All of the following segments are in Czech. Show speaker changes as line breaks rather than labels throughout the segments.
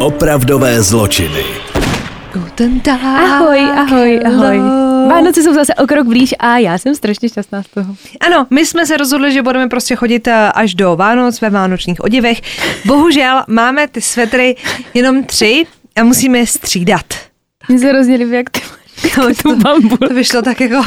Opravdové zločiny.
Guten Tag.
Ahoj. Vánoce jsou zase o krok blíž a já jsem strašně šťastná z toho.
Ano, my jsme se rozhodli, že budeme prostě chodit až do Vánoc ve vánočních oděvech. Bohužel máme ty svetry jenom 3 a musíme je střídat.
Mně se hrozně líbí, jak ty tu bambul.
To vyšlo tak jako...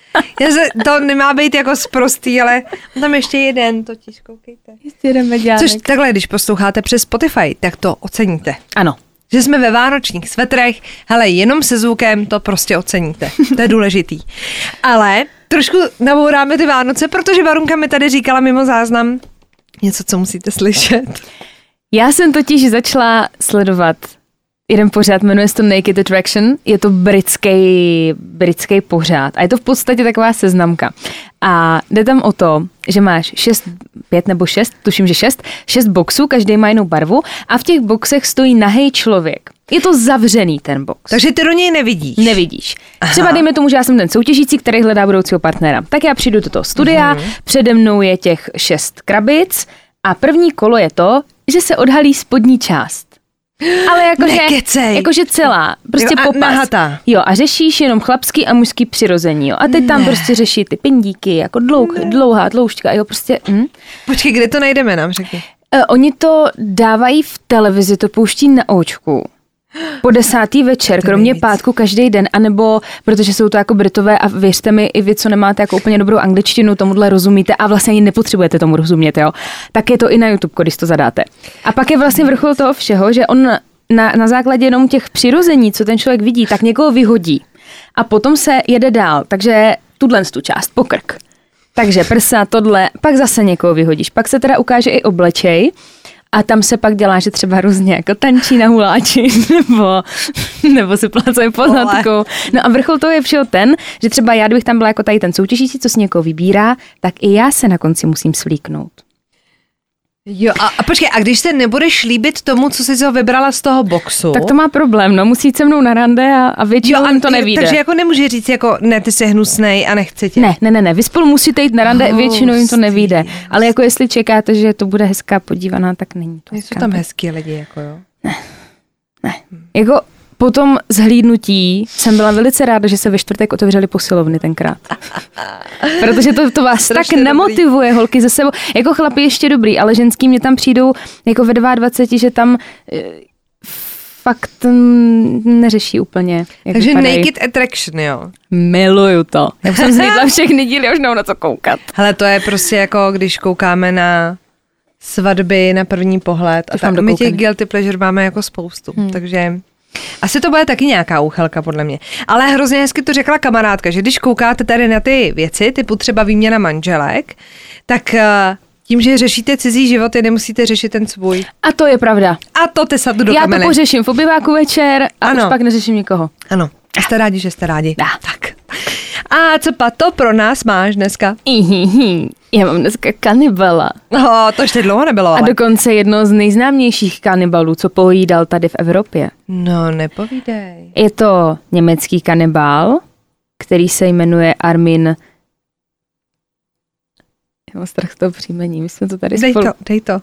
To nemá být jako sprostý, ale tam ještě jeden, totiž koukejte.
Ještě jeden mediánek.
Což takhle, když posloucháte přes Spotify, tak to oceníte.
Ano.
Že jsme ve vánočních svetrech, hele, jenom se zvukem to prostě oceníte. To je důležitý. Ale trošku nabouráme ty Vánoce, protože Barunka mi tady říkala mimo záznam něco, co musíte slyšet.
Já jsem totiž začala sledovat jeden pořád, jmenuje se to Naked Attraction, je to britský pořád a je to v podstatě taková seznamka. A jde tam o to, že máš 5 nebo 6, tuším, že 6 boxů, každý má jinou barvu a v těch boxech stojí nahej člověk. Je to zavřený ten box.
Takže ty do něj nevidíš.
Nevidíš. Třeba dejme tomu, že já jsem ten soutěžící, který hledá budoucího partnera. Tak já přijdu do toho studia, přede mnou je těch 6 krabic a první kolo je to, že se odhalí spodní část. Ale jakože celá, prostě popas.
Nahatá.
Jo, a řešíš jenom chlapský a mužský přirození, jo. A teď tam prostě řeší ty pindíky, jako dlouhá tloušťka, jo, prostě.
Počkej, kde to najdeme, nám řekni.
Oni to dávají v televizi, to pouští na Očku. Po 10. večer, kromě pátku každý den, anebo, protože jsou to jako Britové a věřte mi, i vy, co nemáte jako úplně dobrou angličtinu, tomuhle rozumíte a vlastně ani nepotřebujete tomu rozumět, jo. Tak je to i na YouTube, když to zadáte. A pak je vlastně vrchol toho všeho, že on na základě jenom těch přirození, co ten člověk vidí, tak někoho vyhodí. A potom se jede dál, takže tu část, pokrk. Takže prsa, tohle, pak zase někoho vyhodíš. Pak se teda ukáže i oblečej. A tam se pak dělá, že třeba různě jako tančí na huláči, nebo si plácají po zadku. No a vrchol toho je všeho ten, že třeba já, kdybych tam byla jako tady ten soutěžící, co si někoho vybírá, tak i já se na konci musím svlíknout.
Jo, a počkej, a když se nebudeš líbit tomu, co jsi ho vybrala z toho boxu?
Tak to má problém, no, musí jít se mnou na rande a většinou jim to nevíde.
Takže jako nemůže říct jako, ne, ty jsi hnusnej a nechci tě.
Ne, vy spolu musíte jít na rande, většinou jim to nevíde. Ale jako jestli čekáte, že to bude hezká podívaná, tak není to.
Jsou tam hezký lidi, jako jo?
Ne. Jako po tom zhlídnutí jsem byla velice ráda, že se ve čtvrtek otevřely posilovny tenkrát. Protože to vás tak nemotivuje, dobrý. Holky ze sebou. Jako chlapi ještě dobrý, ale ženský mě tam přijdou jako ve 22, že tam fakt neřeší úplně.
Takže vypadají. Naked Attraction, jo?
Miluju to. Já jsem zhlídla všechny díly, už nemám na co koukat.
Hele, to je prostě jako, když koukáme na svatby na první pohled. A tak my těch guilty pleasure máme jako spoustu, takže... Asi to bude taky nějaká úchelka, podle mě. Ale hrozně hezky to řekla kamarádka, že když koukáte tady na ty věci, typu třeba výměna manželek, tak tím, že řešíte cizí životy, nemusíte řešit ten svůj.
A to je pravda.
A to ty sadu do kamene.
Já to pořeším v obyváku večer a už pak neřeším nikoho.
Ano. A jste rádi, že jste rádi. Tak. A co to pro nás máš dneska?
Já mám dneska kanibala.
To ještě dlouho nebylo, ale.
A dokonce jedno z nejznámějších kanibalů, co pojídal tady v Evropě.
No, nepovídej.
Je to německý kanibál, který se jmenuje Armin. Já mám strach z toho příjmení, my jsme to tady
Dej to.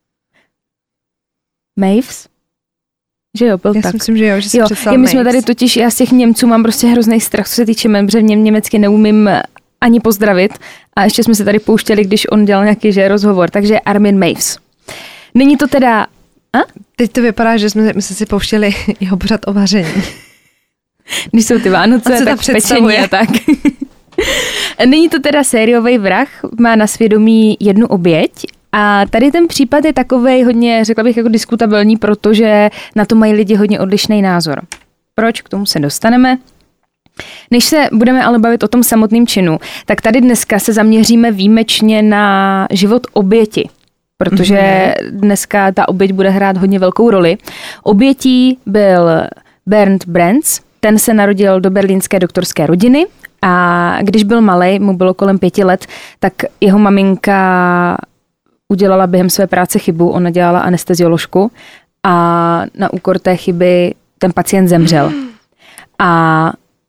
Maves? Že jo, byl
já
tak.
Já myslím, že jo, že jsi představil
my jsme tady totiž, já z těch Němců mám prostě hrozný strach, co se týče jmen, protože německy neumím ani pozdravit a ještě jsme se tady pouštěli, když on dělal nějaký rozhovor, takže Armin Maves. Není to teda...
Teď to vypadá, že jsme si pouštěli jeho pořad o vaření.
Když jsou ty Vánoce, tak pečení a tak. Není to teda sériový vrah, má na svědomí jednu oběť. A tady ten případ je takovej hodně, řekla bych, jako diskutabilní, protože na to mají lidi hodně odlišný názor. Proč? K tomu se dostaneme. Než se budeme ale bavit o tom samotném činu, tak tady dneska se zaměříme výjimečně na život oběti, protože dneska ta oběť bude hrát hodně velkou roli. Obětí byl Bernd Brenz, ten se narodil do berlínské doktorské rodiny a když byl malej, mu bylo kolem 5 let, tak jeho maminka udělala během své práce chybu, ona dělala anestezioložku a na úkor té chyby ten pacient zemřel. A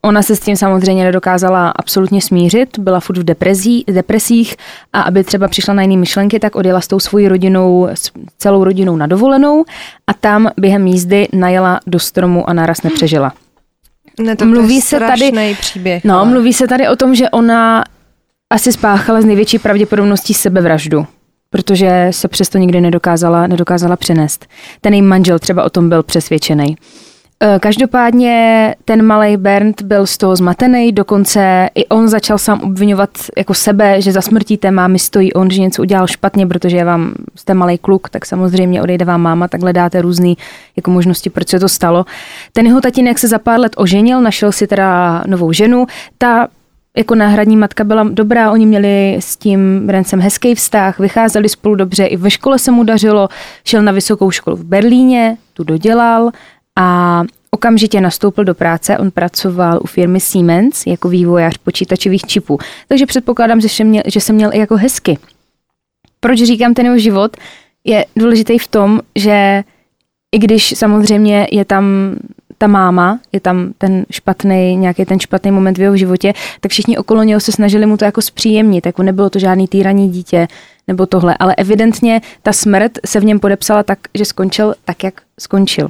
Ona se s tím samozřejmě nedokázala absolutně smířit, byla furt v depresích a aby třeba přišla na jiné myšlenky, tak odjela s tou svojí rodinou, celou rodinou na dovolenou a tam během jízdy najela do stromu a naraz nepřežila.
Ne, to je strašný příběh.
No, mluví se tady o tom, že ona asi spáchala z největší pravděpodobností sebevraždu, protože se přesto nikdy nedokázala přenést. Ten její manžel třeba o tom byl přesvědčený. Každopádně ten malej Bernd byl z toho zmatený, dokonce i on začal sám obvinovat jako sebe, že za smrtí té mámy stojí on, že něco udělal špatně, protože jste malej kluk, tak samozřejmě odejde vám máma, tak hledáte různý jako možnosti, proč se to stalo. Ten jeho tatínek se za pár let oženil, našel si teda novou ženu, ta jako náhradní matka byla dobrá, oni měli s tím Berndem hezký vztah, vycházeli spolu dobře, i ve škole se mu dařilo, šel na vysokou školu v Berlíně, tu dodělal a okamžitě nastoupil do práce, on pracoval u firmy Siemens jako vývojář počítačových čipů. Takže předpokládám, že se měl i jako hezky. Proč říkám, ten jeho život je důležitý v tom, že i když samozřejmě je tam ta máma, je tam nějaký ten špatný moment v jeho životě, tak všichni okolo něho se snažili mu to jako zpříjemnit, jako nebylo to žádný týraný dítě nebo tohle, ale evidentně ta smrt se v něm podepsala tak, že skončil tak, jak skončil.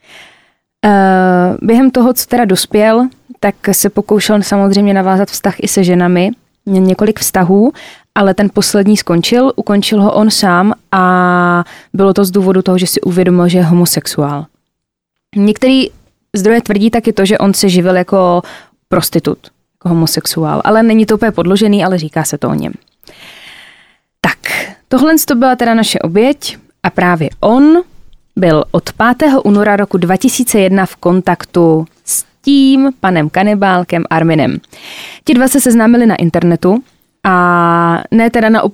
Během toho, co teda dospěl, tak se pokoušel samozřejmě navázat vztah i se ženami, měl několik vztahů, ale ten poslední ukončil ho on sám a bylo to z důvodu toho, že si uvědomil, že je homosexuál. Některý zdroje tvrdí taky to, že on se živil jako prostitut, jako homosexuál, ale není to úplně podložený, ale říká se to o něm. Tak, tohle to byla teda naše oběť a právě on byl od 5. února roku 2001 v kontaktu s tím panem kanibálkem Arminem. Ti dva se seznámili na internetu a ne teda na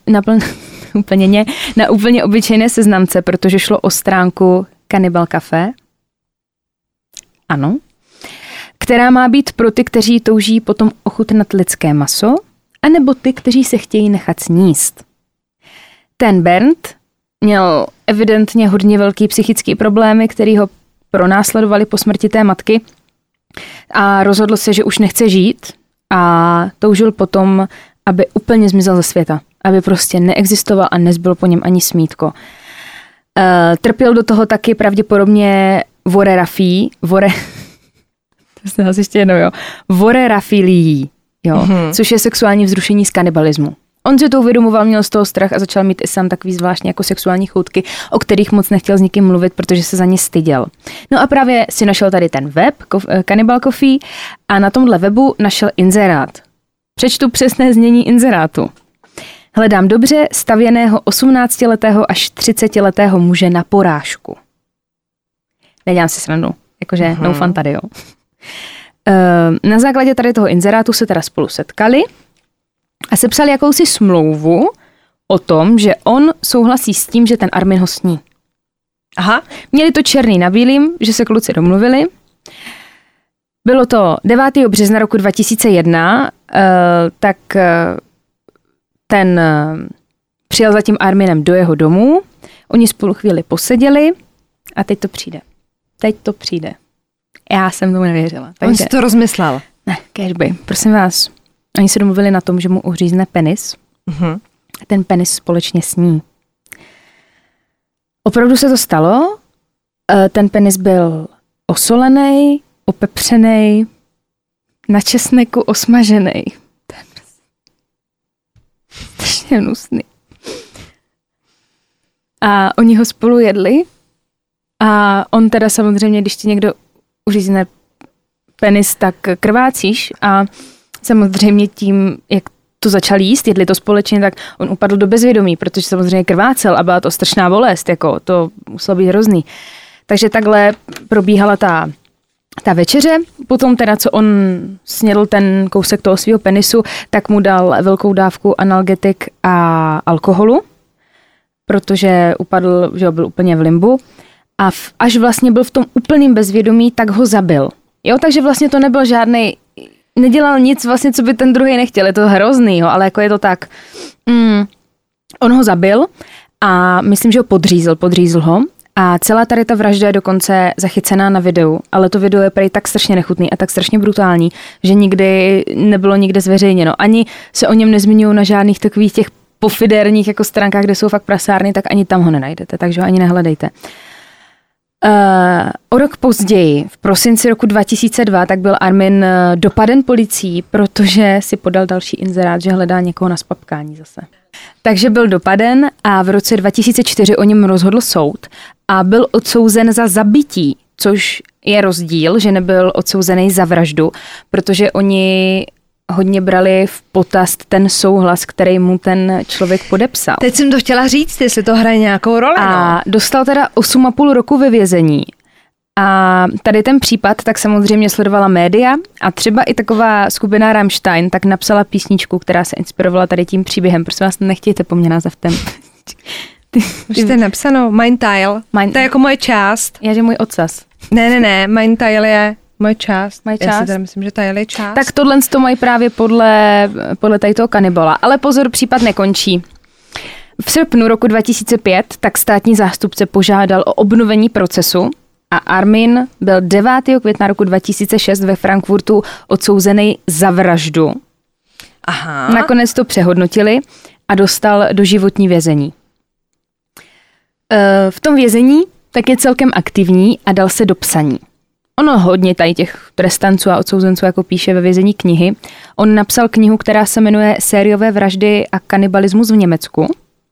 úplně obyčejné seznamce, protože šlo o stránku Cannibal Café. Ano. Která má být pro ty, kteří touží potom ochutnat lidské maso, anebo ty, kteří se chtějí nechat sníst. Ten Bernd měl evidentně hodně velký psychický problémy, který ho pronásledovali po smrti té matky a rozhodl se, že už nechce žít a toužil potom, aby úplně zmizel ze světa, aby prostě neexistoval a nezbylo po něm ani smítko. Trpěl do toho taky pravděpodobně vorerafilií, což je sexuální vzrušení z kanibalismu. On si to uvědomoval, měl z toho strach a začal mít i sám takový zvláštní jako sexuální choutky, o kterých moc nechtěl s nikým mluvit, protože se za ně styděl. No a právě si našel tady ten web, Cannibal Coffee, a na tomhle webu našel inzerát. Přečtu přesné znění inzerátu. Hledám dobře stavěného 18letého až 30letého muže na porážku. Nedělám si srandu, jakože no fun tady, jo. Na základě tady toho inzerátu se teda spolu setkali a sepsali jakousi smlouvu o tom, že on souhlasí s tím, že ten Armin ho sní. Aha. Měli to černý na bílým, že se kluci domluvili. Bylo to 9. března roku 2001, tak ten přijel za tím Arminem do jeho domu, oni spolu chvíli poseděli a teď to přijde. Já jsem tomu nevěřila.
On si to rozmyslel.
Ne, kéžby. Prosím vás, oni se domluvili na tom, že mu uřízne penis a ten penis společně sní. Opravdu se to stalo, ten penis byl osolený, opepřený, na česneku osmažený. To je strašně hnusný. A oni ho spolu jedli a on teda samozřejmě, když ti někdo uřízne penis, tak krvácíš a samozřejmě tím, jak to začal jíst, jedli to společně, tak on upadl do bezvědomí, protože samozřejmě krvácel a byla to strašná bolest, jako to muselo být hrozný. Takže takhle probíhala ta večeře, potom teda, co on snědl ten kousek toho svého penisu, tak mu dal velkou dávku analgetik a alkoholu, protože upadl, že byl úplně v limbu a až vlastně byl v tom úplným bezvědomí, tak ho zabil. Jo, takže vlastně to nebyl žádnej, nedělal nic vlastně, co by ten druhý nechtěl, je to hrozný, ale jako je to tak. On ho zabil a myslím, že ho podřízl ho A celá tady ta vražda je dokonce zachycená na videu, ale to video je prej tak strašně nechutný a tak strašně brutální, že nikdy nebylo nikde zveřejněno. Ani se o něm nezmiňují na žádných takových těch pofidérních jako stránkách, kde jsou fakt prasárny, tak ani tam ho nenajdete, takže ho ani nehledejte. O rok později, v prosinci roku 2002, tak byl Armin dopaden policií, protože si podal další inzerát, že hledá někoho na spapkání zase. Takže byl dopaden a v roce 2004 o něm rozhodl soud a byl odsouzen za zabití, což je rozdíl, že nebyl odsouzený za vraždu, protože oni hodně brali v potaz ten souhlas, který mu ten člověk podepsal.
Teď jsem to chtěla říct, jestli to hraje nějakou roli.
A dostal teda 8,5 roku ve vězení. A tady ten případ tak samozřejmě sledovala média a třeba i taková skupina Rammstein tak napsala písničku, která se inspirovala tady tím příběhem. Prosím vás, nechtějte po mně názavtem.
Už jste napsáno Mein Teil. To je jako moje část.
Já, že můj ocas.
Ne, Mein Teil je moje část. Já si teda myslím, že Teil je část.
Tak tohle to mají právě podle tady toho kanibala. Ale pozor, případ nekončí. V srpnu roku 2005 tak státní zástupce požádal o obnovení procesu a Armin byl 9. května roku 2006 ve Frankfurtu odsouzený za vraždu.
Aha.
Nakonec to přehodnotili a dostal doživotní vězení. V tom vězení tak je celkem aktivní a dal se do psaní. Ono hodně tady těch trestanců a odsouzenců jako píše ve vězení knihy. On napsal knihu, která se jmenuje Sériové vraždy a kanibalismus v Německu.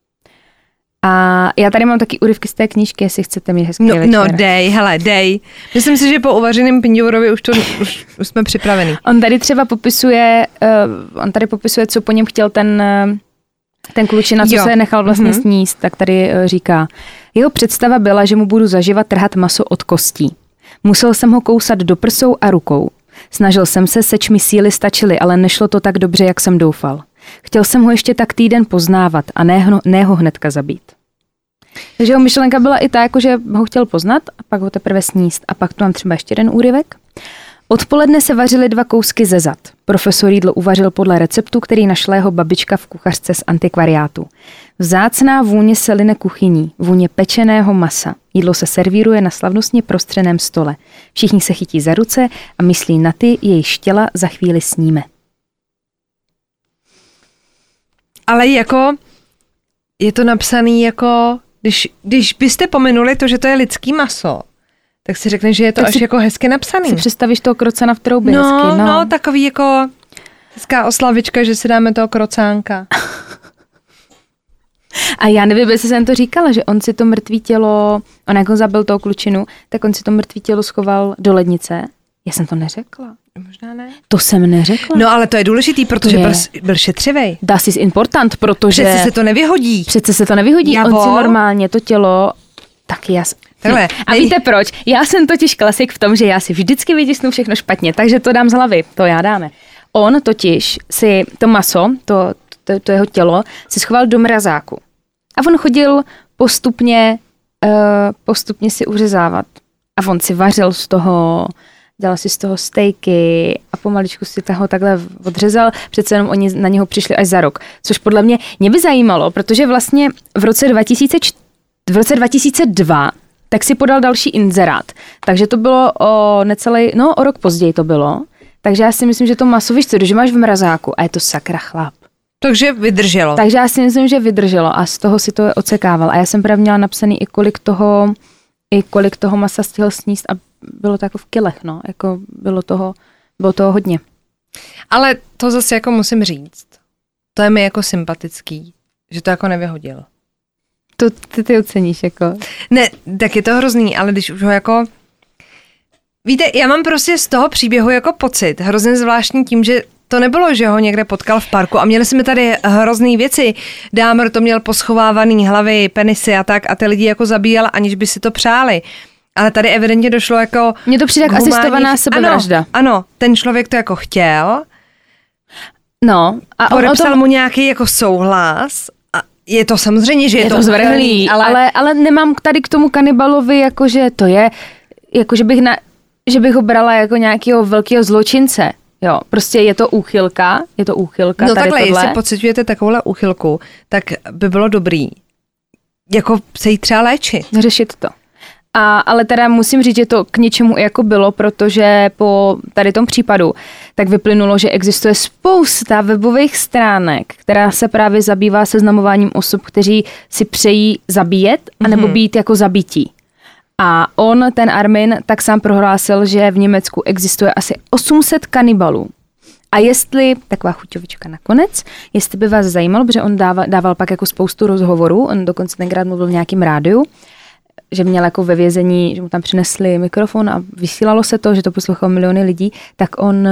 A já tady mám taky úryvky z té knížky, jestli chcete mít hezký večer.
No dej. Myslím si, že po uvařeném pinďourovi už jsme připraveni.
On tady třeba popisuje, co po něm chtěl ten klučina, co se nechal vlastně sníst, tak tady říká. Jeho představa byla, že mu budu zaživa trhat maso od kostí. Musel jsem ho kousat do prsou a rukou. Snažil jsem se, seč mi síly stačily, ale nešlo to tak dobře, jak jsem doufal. Chtěl jsem ho ještě tak týden poznávat a ne ho hnedka zabít. Takže jeho myšlenka byla i ta, jako že ho chtěl poznat a pak ho teprve sníst. A pak tu mám třeba ještě jeden úryvek. Odpoledne se vařily 2 kousky ze zad. Profesor jídlo uvařil podle receptu, který našla jeho babička v kuchařce z antikvariátu. Vzácná vůně se line kuchyní, vůně pečeného masa. Jídlo se servíruje na slavnostně prostřeném stole. Všichni se chytí za ruce a myslí na ty, jejich těla za chvíli sníme.
Ale jako je to napsaný jako, když byste pominuli to, že to je lidský maso, tak si řekneš, že je to tak až jako hezky napsaný.
Si představíš toho krocana v troubě hezky.
No, takový jako hezká oslavička, že si dáme toho krocánka.
A já nevím, jestli jsem to říkala, že on si to mrtvý tělo, on jako zabil toho klučinu, tak on si to mrtvý tělo schoval do lednice. Já jsem to neřekla.
Možná ne.
To jsem neřekla.
No ale to je důležitý, protože byl šetřivej.
Das ist important, protože...
Přece se to nevyhodí.
On si normálně to tělo taky
Takhle.
A víte proč? Já jsem totiž klasik v tom, že já si vždycky vytisnu všechno špatně, takže to dám z hlavy, to já dáme. On totiž si to maso, to jeho tělo, si schoval do mrazáku. A on chodil postupně si uřezávat. A on si vařil z toho, dělal si z toho stejky a pomaličku si toho takhle odřezal. Přece jenom oni na něho přišli až za rok. Což podle mě by zajímalo, protože vlastně v roce 2002 tak si podal další inzerát. Takže to bylo o rok později to bylo. Takže já si myslím, že to maso, víš co, když máš v mrazáku a je to sakra chlap.
Takže vydrželo.
Takže já si myslím, že vydrželo a z toho si to odsekával. A já jsem právě měla napsaný i kolik toho masa stihl sníst a bylo to jako v kilech, no. Jako bylo toho hodně.
Ale to zase jako musím říct. To je mi jako sympatický, že to jako nevyhodil.
To ty oceníš jako.
Ne, tak je to hrozný, ale když už ho jako... Víte, já mám prostě z toho příběhu jako pocit, hrozně zvláštní tím, že to nebylo, že ho někde potkal v parku a měli jsme tady hrozný věci. Dámr to měl poschovávaný hlavy, penisy a tak a ty lidi jako zabíjel, aniž by si to přáli. Ale tady evidentně došlo jako...
Mně to přijde jako asistovaná sebevražda.
Ano, ten člověk to jako chtěl.
No.
A podepsal mu nějaký jako souhlas. A je to samozřejmě, že je to
zvrhlý, ale nemám tady k tomu kanibalovi, jakože to je, jako že bych ho brala jako nějakého velkého zločince. Jo, prostě je to úchylka.
No takhle, jestli pociťujete takovouhle úchylku, tak by bylo dobrý jako se jí třeba léčit.
Řešit to. Ale teda musím říct, že to k něčemu jako bylo, protože po tady tom případu tak vyplynulo, že existuje spousta webových stránek, která se právě zabývá seznamováním osob, kteří si přejí zabíjet anebo být jako zabití. A ten Armin, tak sám prohlásil, že v Německu existuje asi 800 kanibalů. A jestli, taková chuťovička nakonec, jestli by vás zajímalo, protože on dával pak jako spoustu rozhovorů, on dokonce tenkrát mluvil v nějakém rádiu, že měl jako ve vězení, že mu tam přinesli mikrofon a vysílalo se to, že to poslouchalo miliony lidí, tak on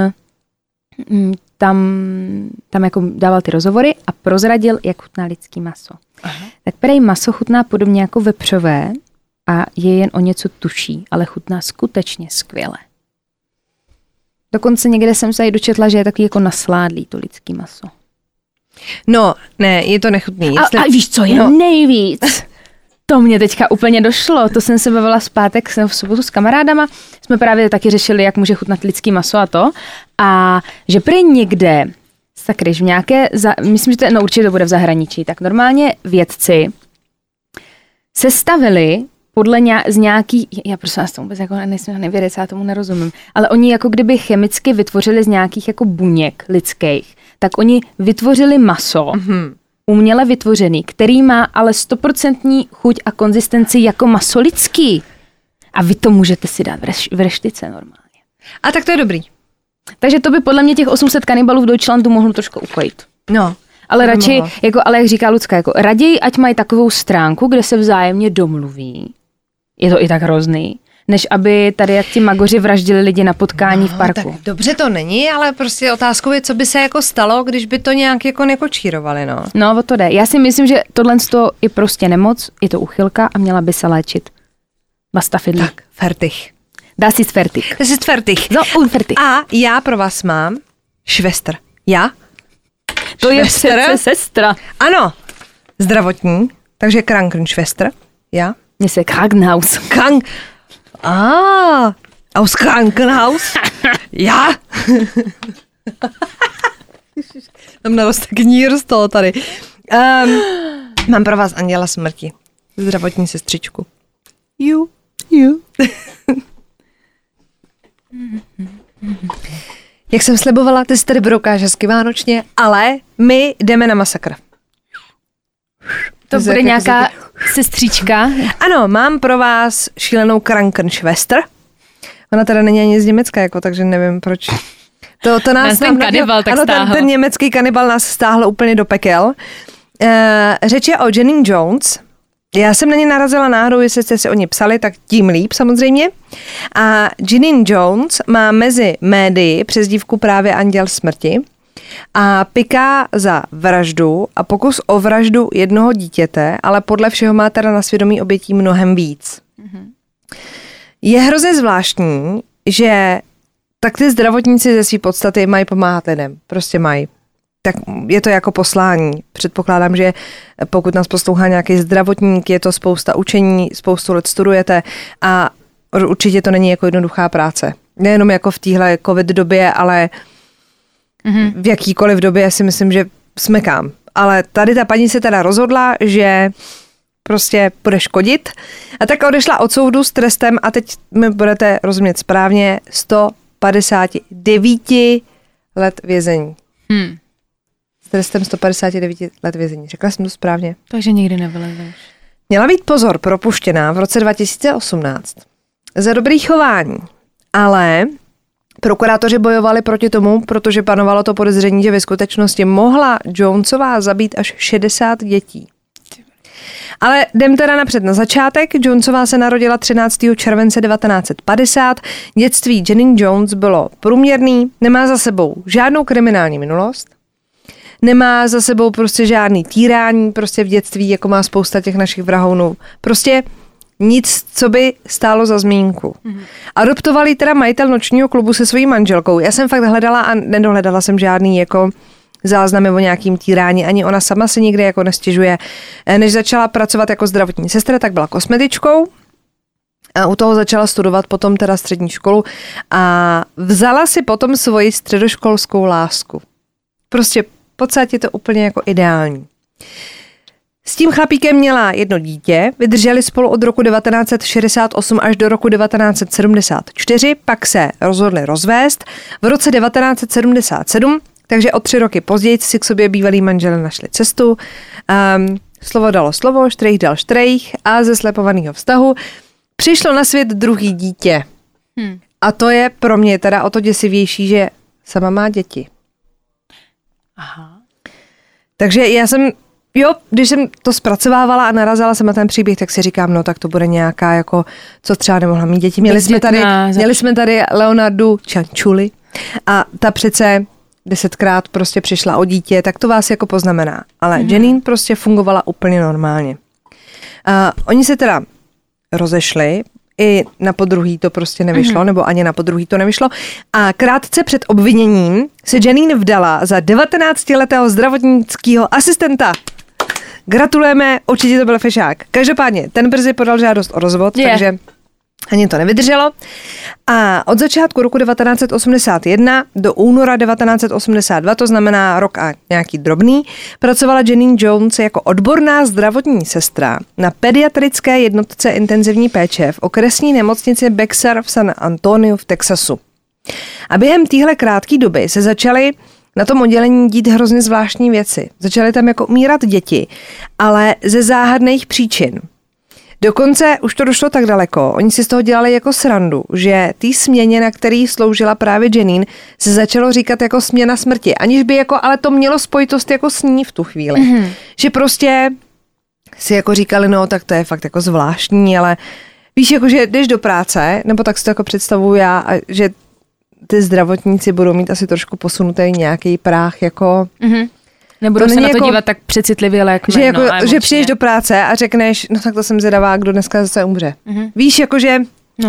tam jako dával ty rozhovory a prozradil, jak chutná lidský maso. Aha. Tak prej maso chutná podobně jako vepřové a je jen o něco tuší, ale chutná skutečně skvěle. Dokonce někde jsem se i dočetla, že je takový jako nasládlý to lidský maso.
No, ne, je to nechutný.
A víš, co je nejvíc? To mě teďka úplně došlo. To jsem se bavila v pátek, v sobotu s kamarádama. Jsme právě taky řešili, jak může chutnat lidský maso a to. A že prý někde, sakryš, v nějaké, myslím, že určitě to bude v zahraničí, tak normálně vědci sestavili podle z nějaký, já prostě vás tomu vůbec jako nejsem nevědět, já tomu nerozumím, ale oni jako kdyby chemicky vytvořili z nějakých jako buněk lidských, tak oni vytvořili maso, uměle vytvořený, který má ale 100% chuť a konzistenci jako maso lidský. A vy to můžete si dát v reštice normálně.
A tak to je dobrý.
Takže to by podle mě těch 800 kanibalů v Deutschlandu mohlo trošku ukojit.
No.
Ale radši, jako, ale jak říká Lucka, jako raději, ať mají takovou stránku, kde se vzájemně domluví. Je to i tak hrozný, než aby tady jak ti magoři vraždili lidi na potkání v parku.
Tak dobře to není, ale prostě otázkou je, co by se jako stalo, když by to nějak jako nekočírovali, no.
No, o to jde. Já si myslím, že tohle je prostě nemoc, je to úchylka a měla by se léčit. Basta fidli.
Tak, fertig.
Das ist fertig.
Das ist fertig.
So, unfertig.
A já pro vás mám Schwester. Já?
To je přece sestra.
Ano, zdravotní, takže Krankenschwester. Já?
Mně se Krankenhaus.
Aus Krankenhaus. Já? Tam naroste knír z toho tady. Mám pro vás anděla smrti. Zdravotní sestřičku. You. Jak jsem slibovala, ty si tady broukáš hezky vánočně, ale my jdeme na masakr.
To bude nějaká sestřička.
Ano, mám pro vás šílenou Krankenschwester. Ona teda není ani z Německa, jako, takže nevím proč. To nás
ten kanibal tak stáhl.
Ten německý kanibal nás stáhl úplně do pekel. Řeč je o Janine Jones. Já jsem na ně narazila náhodou, jestli jste si o ně psali, tak tím líp samozřejmě. A Janine Jones má mezi médii přezdívku právě Anděl smrti a piká za vraždu a pokus o vraždu jednoho dítěte, ale podle všeho má teda na svědomí obětí mnohem víc. Je hrozně zvláštní, že tak ty zdravotníci ze své podstaty mají pomáhat lidem. Prostě mají. Tak je to jako poslání. Předpokládám, že pokud nás poslouchá nějaký zdravotník, je to spousta učení, spoustu let studujete a určitě to není jako jednoduchá práce. Nejenom jako v téhle covid době, ale v jakýkoliv době si myslím, že smekám. Ale tady ta paní se teda rozhodla, že prostě bude škodit a tak odešla od soudu s trestem a teď mi budete rozumět správně 159 let vězení. S trestem 159 let vězení. Řekla jsem to správně?
Takže nikdy nevylezeš.
Měla být pozor propuštěná v roce 2018 za dobrý chování, ale prokurátoři bojovali proti tomu, protože panovalo to podezření, že ve skutečnosti mohla Jonesová zabít až 60 dětí. Ale jdem teda napřed na začátek. Jonesová se narodila 13. července 1950. Dětství Janine Jones bylo průměrný, nemá za sebou žádnou kriminální minulost, nemá za sebou prostě žádný týrání, prostě v dětství, jako má spousta těch našich vrahounů. Prostě nic, co by stálo za zmínku. Adoptovali teda majitel nočního klubu se svojí manželkou. Já jsem fakt hledala a nedohledala jsem žádný jako záznamy o nějakým týrání, ani ona sama se nikdy jako nestěžuje. Než začala pracovat jako zdravotní sestra, tak byla kosmetičkou a u toho začala studovat potom teda střední školu a vzala si potom svoji středoškolskou lásku. Prostě v podstatě to úplně jako ideální. S tím chlapíkem měla jedno dítě, vydrželi spolu od roku 1968 až do roku 1974, pak se rozhodli rozvést v roce 1977, takže o 3 roky později si k sobě bývalí manželé našli cestu. Slovo dalo slovo, štrejch dal štrejch a ze slepovaného vztahu přišlo na svět druhý dítě. A to je pro mě teda o to děsivější, že sama má děti.
Aha.
Takže já jsem, když jsem to zpracovávala a narazila jsem na ten příběh, tak si říkám, no tak to bude nějaká jako, co třeba nemohla mít děti. Měli jsme tady Leonardu Cianciulli a ta přece 10krát prostě přišla o dítě, tak to vás jako poznamená. Ale Janine prostě fungovala úplně normálně. Oni se teda rozešli, i na podruhý to prostě nevyšlo, nebo ani na podruhý to nevyšlo. A krátce před obviněním se Janine vdala za 19letého zdravotnického asistenta. Gratulujeme, určitě to byl fešák. Každopádně, ten brzy podal žádost o rozvod, takže ani to nevydrželo. A od začátku roku 1981 do února 1982, to znamená rok a nějaký drobný, pracovala Janine Jones jako odborná zdravotní sestra na pediatrické jednotce intenzivní péče v okresní nemocnici Bexar v San Antoniu v Texasu. A během téhle krátké doby se začaly na tom oddělení dít hrozně zvláštní věci. Začaly tam jako umírat děti, ale ze záhadných příčin. Dokonce už to došlo tak daleko, oni si z toho dělali jako srandu, že té směně, na který sloužila právě Janine, se začalo říkat jako směna smrti, aniž by jako, ale to mělo spojitost jako s ní v tu chvíli. Že prostě si jako říkali, no tak to je fakt jako zvláštní, ale víš, jako že jdeš do práce, nebo tak si to jako představuju já, že ty zdravotníci budou mít asi trošku posunutý nějaký práh jako...
Nebudou se na to jako, dívat tak přecitlivě, ale jako
že přijdeš do práce a řekneš, no tak to jsem zvědavá, kdo dneska zase umře. Víš, jakože...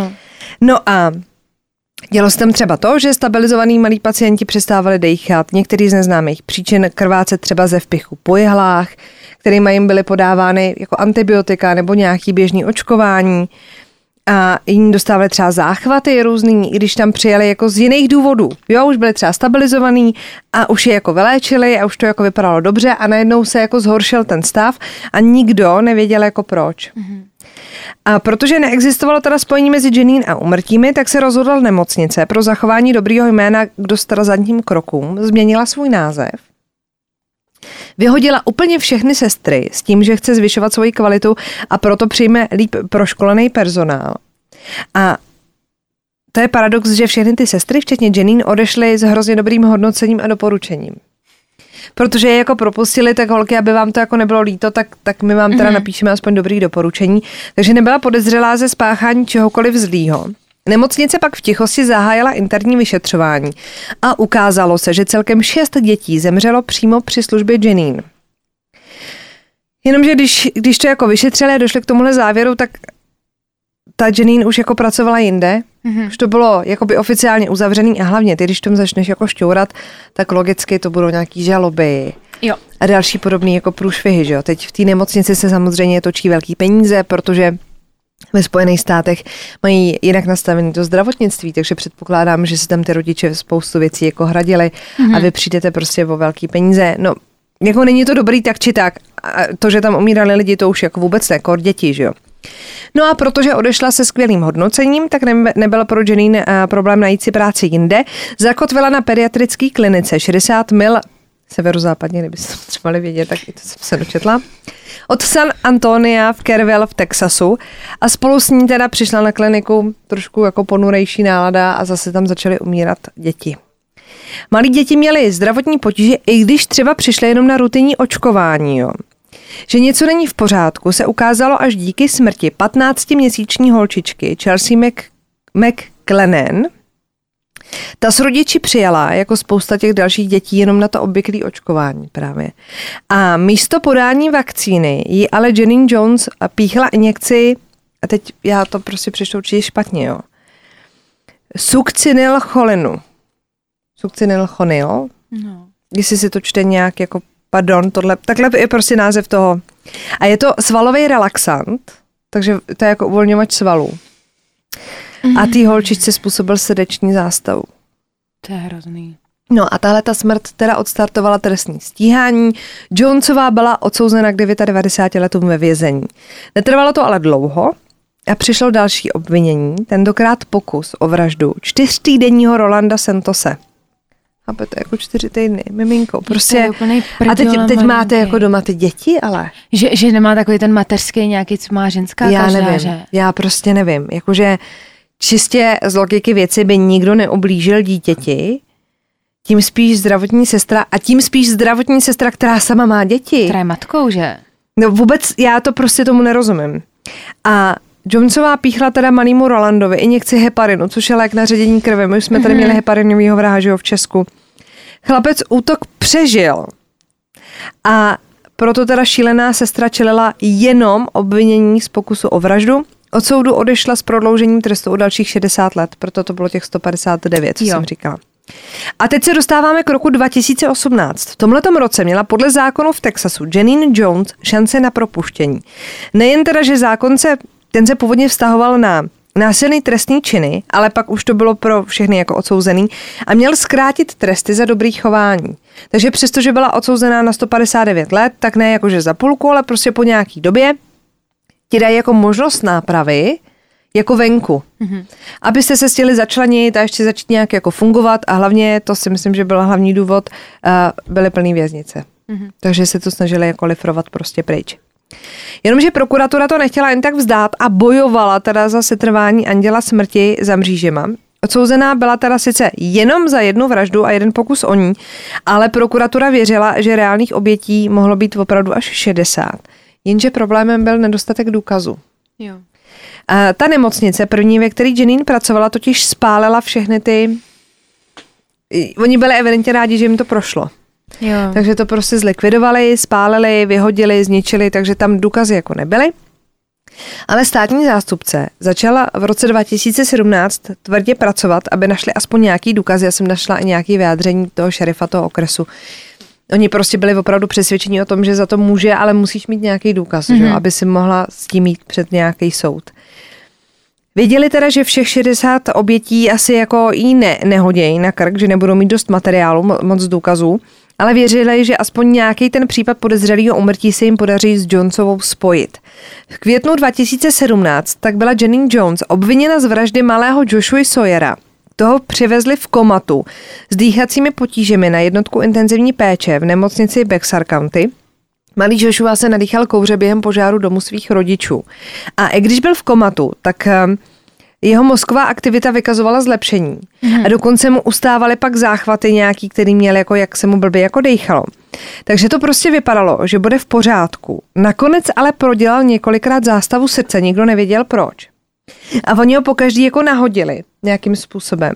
No a dělo se tam třeba to, že stabilizovaný malí pacienti přestávali dýchat, některý z neznámých příčin krvácet třeba ze vpichu po jehlách, kterými jim byly podávány jako antibiotika nebo nějaký běžný očkování. A jiní dostávali třeba záchvaty různý, i když tam přijeli jako z jiných důvodů. Jo, už byli třeba stabilizovaný a už je jako vyléčili a už to jako vypadalo dobře a najednou se jako zhoršil ten stav a nikdo nevěděl jako proč. A protože neexistovalo teda spojení mezi Janine a úmrtími, tak se rozhodla nemocnice pro zachování dobrýho jména k dost razantním krokům, změnila svůj název. Vyhodila úplně všechny sestry s tím, že chce zvyšovat svoji kvalitu a proto přijme líp proškolený personál. A to je paradox, že všechny ty sestry, včetně Janine, odešly s hrozně dobrým hodnocením a doporučením. Protože je jako propustili, tak holky, aby vám to jako nebylo líto, tak my vám teda napíšeme aspoň dobrý doporučení. Takže nebyla podezřelá ze spáchání čehokoliv zlýho. Nemocnice pak v tichosti zahájila interní vyšetřování a ukázalo se, že celkem 6 dětí zemřelo přímo při službě Janine. Jenomže když to jako vyšetřili a došli k tomuhle závěru, tak ta Janine už jako pracovala jinde, už to bylo jakoby oficiálně uzavřený a hlavně ty, když tomu začneš jako šťourat, tak logicky to budou nějaký žaloby a další podobný jako průšvihy, že jo. Teď v té nemocnici se samozřejmě točí velký peníze, protože ve Spojených státech mají jinak nastavené to zdravotnictví, takže předpokládám, že si tam ty rodiče spoustu věcí jako hradili a vy přijdete prostě o velký peníze. No, jako není to dobrý tak či tak. A to, že tam umírali lidi, to už jako vůbec ne, kor děti, že jo. No a protože odešla se skvělým hodnocením, tak nebyl pro Janine problém najít si práci jinde. Zakotvila na pediatrické klinice 60 mil severozápadně, kdybyste to třeba vědět, tak i to jsem se dočetla. Od San Antonia v Kerrville v Texasu a spolu s ní teda přišla na kliniku trošku jako ponurejší nálada a zase tam začaly umírat děti. Malí děti měly zdravotní potíže, i když třeba přišly jenom na rutinní očkování. Jo. Že něco není v pořádku, se ukázalo až díky smrti 15měsíční holčičky Chelsea McClellan. Ta s rodiči přijela jako spousta těch dalších dětí jenom na to obvyklé očkování právě. A místo podání vakcíny ji ale Janine Jones píchla injekci, a teď já to prostě přečtu určitě špatně, jo. Succinylcholinu. Succinylchonil? No. Jestli si to čte nějak jako, pardon, takhle je prostě název toho. A je to svalový relaxant, takže to je jako uvolňovač svalů. A té holčičce způsobil srdeční zástavu.
To je hrozný.
No a tahle ta smrt teda odstartovala trestní stíhání. Jonesová byla odsouzena k 99 letům ve vězení. Netrvalo to ale dlouho a přišlo další obvinění, tentokrát pokus o vraždu 4týdenního Rolanda Santose. Chápete, jako 4 týdny, miminko, prostě. A teď máte jako doma ty děti, ale.
Že nemá takový ten mateřský nějaký, co má ženská
já
každá,
nevím,
že?
Já prostě nevím, jakože čistě z logiky věci by nikdo neublížil dítěti, tím spíš zdravotní sestra, která sama má děti.
Která je matkou, že?
No vůbec, já to prostě tomu nerozumím. A Jonesová píchla teda malému Rolandovi injekci heparinu, což je lék na ředění krve. My už jsme tady měli heparinovýho vraha, že jo, v Česku. Chlapec útok přežil. A proto teda šílená sestra čelila jenom obvinění z pokusu o vraždu. Od soudu odešla s prodloužením trestu o dalších 60 let, proto to bylo těch 159, co jsem říkala. A teď se dostáváme k roku 2018. V tomhletom roce měla podle zákonu v Texasu Janine Jones šance na propuštění. Nejen teda, že ten se původně vztahoval na násilný trestný činy, ale pak už to bylo pro všechny jako odsouzený a měl zkrátit tresty za dobrý chování. Takže přestože byla odsouzená na 159 let, tak ne jakože za půlku, ale prostě po nějaký době ti dají jako možnost nápravy jako venku. Abyste se chtěli začlenit a ještě začít nějak jako fungovat a hlavně, to si myslím, že byl hlavní důvod, byly plný věznice. Takže se to snažili jako lifrovat prostě pryč. Jenomže prokuratura to nechtěla jen tak vzdát a bojovala teda za setrvání anděla smrti za mřížema. Odsouzená byla teda sice jenom za jednu vraždu a jeden pokus o ní, ale prokuratura věřila, že reálných obětí mohlo být opravdu až 60. Jenže problémem byl nedostatek důkazů.
Jo.
A ta nemocnice, první, ve které Janine pracovala, totiž spálila všechny ty... Oni byli evidentně rádi, že jim to prošlo.
Jo.
Takže to prostě zlikvidovali, spálili, vyhodili, zničili, takže tam důkazy jako nebyly. Ale státní zástupce začala v roce 2017 tvrdě pracovat, aby našli aspoň nějaký důkazy. Já jsem našla i nějaké vyjádření toho šerifa toho okresu. Oni prostě byli opravdu přesvědčení o tom, že za to může, ale musíš mít nějaký důkaz, že? Aby si mohla s tím jít před nějaký soud. Věděli teda, že všech 60 obětí asi jako jí nehodějí na krk, že nebudou mít dost materiálu, moc důkazů, ale věřili, že aspoň nějaký ten případ podezřelého úmrtí se jim podaří s Jonesovou spojit. V květnu 2017 tak byla Janine Jones obviněna z vraždy malého Joshua Sawyera. Toho přivezli v komatu s dýchacími potížemi na jednotku intenzivní péče v nemocnici Bexar County. Malý Joshua se nadýchal kouře během požáru domu svých rodičů. A i když byl v komatu, tak jeho mozková aktivita vykazovala zlepšení. A dokonce mu ustávaly pak záchvaty nějaký, který měl, jako jak se mu blbě jako dejchalo. Takže to prostě vypadalo, že bude v pořádku. Nakonec ale prodělal několikrát zástavu srdce, nikdo nevěděl proč. A oni ho pokaždý jako nahodili nějakým způsobem.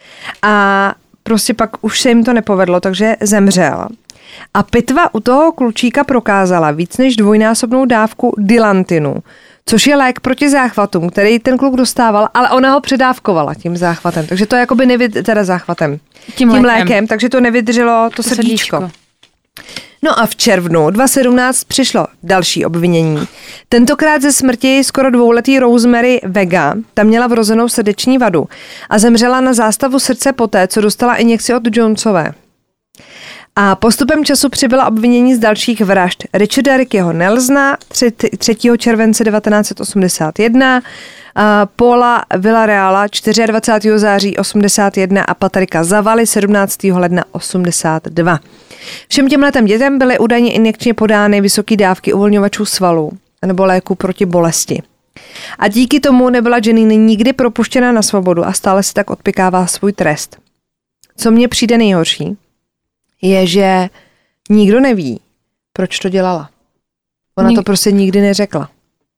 A prostě pak už se jim to nepovedlo, takže zemřel. A pitva u toho klučíka prokázala víc než dvojnásobnou dávku dilantinu, což je lék proti záchvatům, který ten kluk dostával, ale ona ho předávkovala tím záchvatem. Takže to jakoby teda záchvatem. Tím lékem, takže to nevydrželo to srdíčko. No a v červnu 2017 přišlo další obvinění. Tentokrát ze smrti skoro 2letý Rosemary Vega, ta měla vrozenou srdeční vadu a zemřela na zástavu srdce poté, co dostala injekci od Jonesové. A postupem času přibyla obvinění z dalších vražd. Richarda Rickyho Nelsona 3. července 1981, Paula Villareala 24. září 81 a Patricka Zavaly 17. ledna 82. Všem těmhletem dětem byly údajně injekčně podány vysoké dávky uvolňovačů svalů nebo léku proti bolesti. A díky tomu nebyla Janine nikdy propuštěna na svobodu a stále si tak odpykává svůj trest. Co mně přijde nejhorší, je, že nikdo neví, proč to dělala. Ona to prostě nikdy neřekla.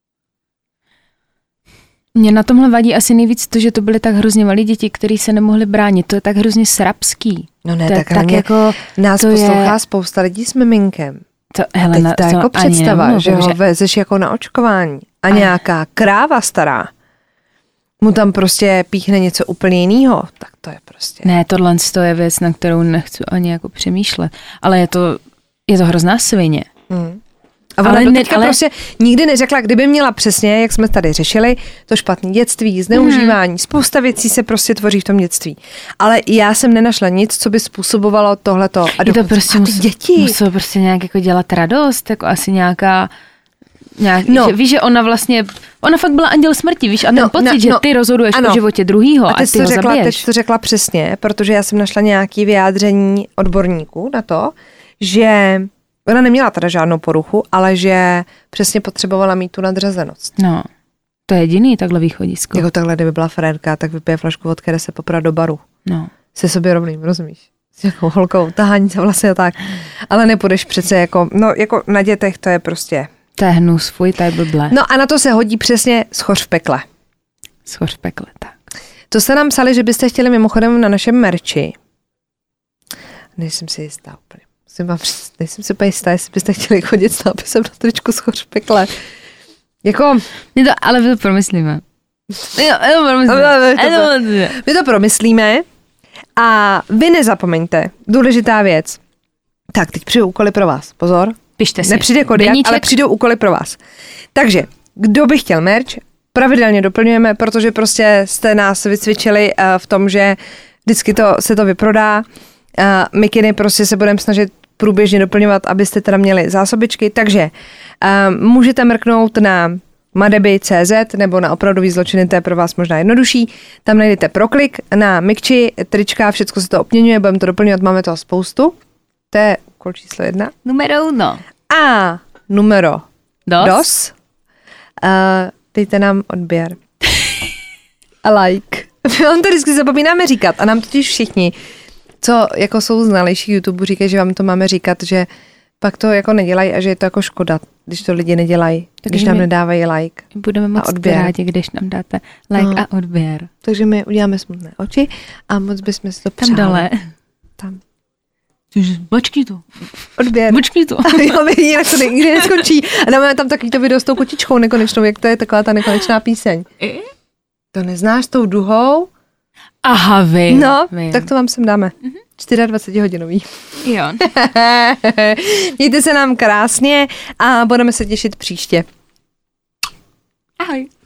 Mě na tomhle vadí asi nejvíc to, že to byly tak hrozně malí děti, který se nemohli bránit. To je tak hrozně srabský.
No ne, tak jako nás poslouchá spousta lidí s miminkem.
Helena,
to jako představa, že ho vezeš jako na očkování a nějaká kráva stará mu tam prostě píchne něco úplně jiného, tak to je prostě...
Ne, tohle je věc, na kterou nechci ani jako přemýšlet, ale je to hrozná svině.
A ona teďka prostě nikdy neřekla, kdyby měla přesně, jak jsme tady řešili, to špatné dětství, zneužívání, spousta věcí se prostě tvoří v tom dětství. Ale já jsem nenašla nic, co by způsobovalo tohleto. A
to prostě muselo prostě nějak jako dělat radost, jako asi nějaká že, víš, že ona fakt byla anděl smrti, víš, a ten pocit, že ty rozhoduješ o životě druhýho a ty ho zabiješ.
Teď to řekla přesně, protože já jsem našla nějaké vyjádření odborníků na to, že ona neměla teda žádnou poruchu, ale že přesně potřebovala mít tu nadřazenost.
No, to je jediný takhle východisko.
Jako takhle, kdyby byla frérka, tak vypije flašku vodky, jde se poprat do baru.
No.
Se sobě rovným, rozumíš? S nějakou holkou, tahání se vlastně tak. Ale nepůjdeš přece jako na dětech, to je prostě...
To je hnus, fuj, to je blblé.
No a na to se hodí přesně Schoř v pekle.
Schoř v pekle, tak.
To se nám psali, že byste chtěli mimochodem na našem merči. Nejsem si jistá úplně. Nejsem si úplně jistá, jestli byste chtěli chodit s nápisem na tričku Schoř v pekle. Jako...
Ale my to promyslíme.
My to promyslíme a vy nezapomeňte. Důležitá věc. Tak, teď přijdu úkoly pro vás. Pozor.
Pište si.
Nepřijde Kodiak, ale přijdou úkoly pro vás. Takže, kdo by chtěl merch, pravidelně doplňujeme, protože prostě jste nás vycvičili v tom, že vždycky se to vyprodá. Mikiny prostě se budeme snažit průběžně doplňovat, abyste teda měli zásobičky. Takže můžete mrknout na madeby.cz nebo na opravdový zločiny, to je pro vás možná jednodušší. Tam najdete proklik na mikči, trička, všechno se to obměňuje, budeme to doplňovat, máme toho spoustu. To je úkol číslo 1.
Numero 1.
A numero 2. Dejte nám odběr. A like. My vám to vždycky zapomínáme říkat a nám totiž všichni, co jako jsou znalejší YouTube, říkají, že vám to máme říkat, že pak to jako nedělají a že je to jako škoda, když to lidi nedělají, když nám nedávají like.
Budeme moc rádi, když nám dáte like a odběr.
Takže my uděláme smutné oči a moc bychom si to přáli.
Tam dole.
Tam.
Počkej to.
Odběr.
Počkej to.
Jo, jinak to nikdy neskončí. A dáme tam takový to video s tou kočičkou nekonečnou, jak to je taková ta nekonečná píseň. To neznáš s tou duhou?
Aha, vím.
No, tak to vám sem dáme. 24hodinový.
Jo.
Mějte se nám krásně a budeme se těšit příště.
Ahoj.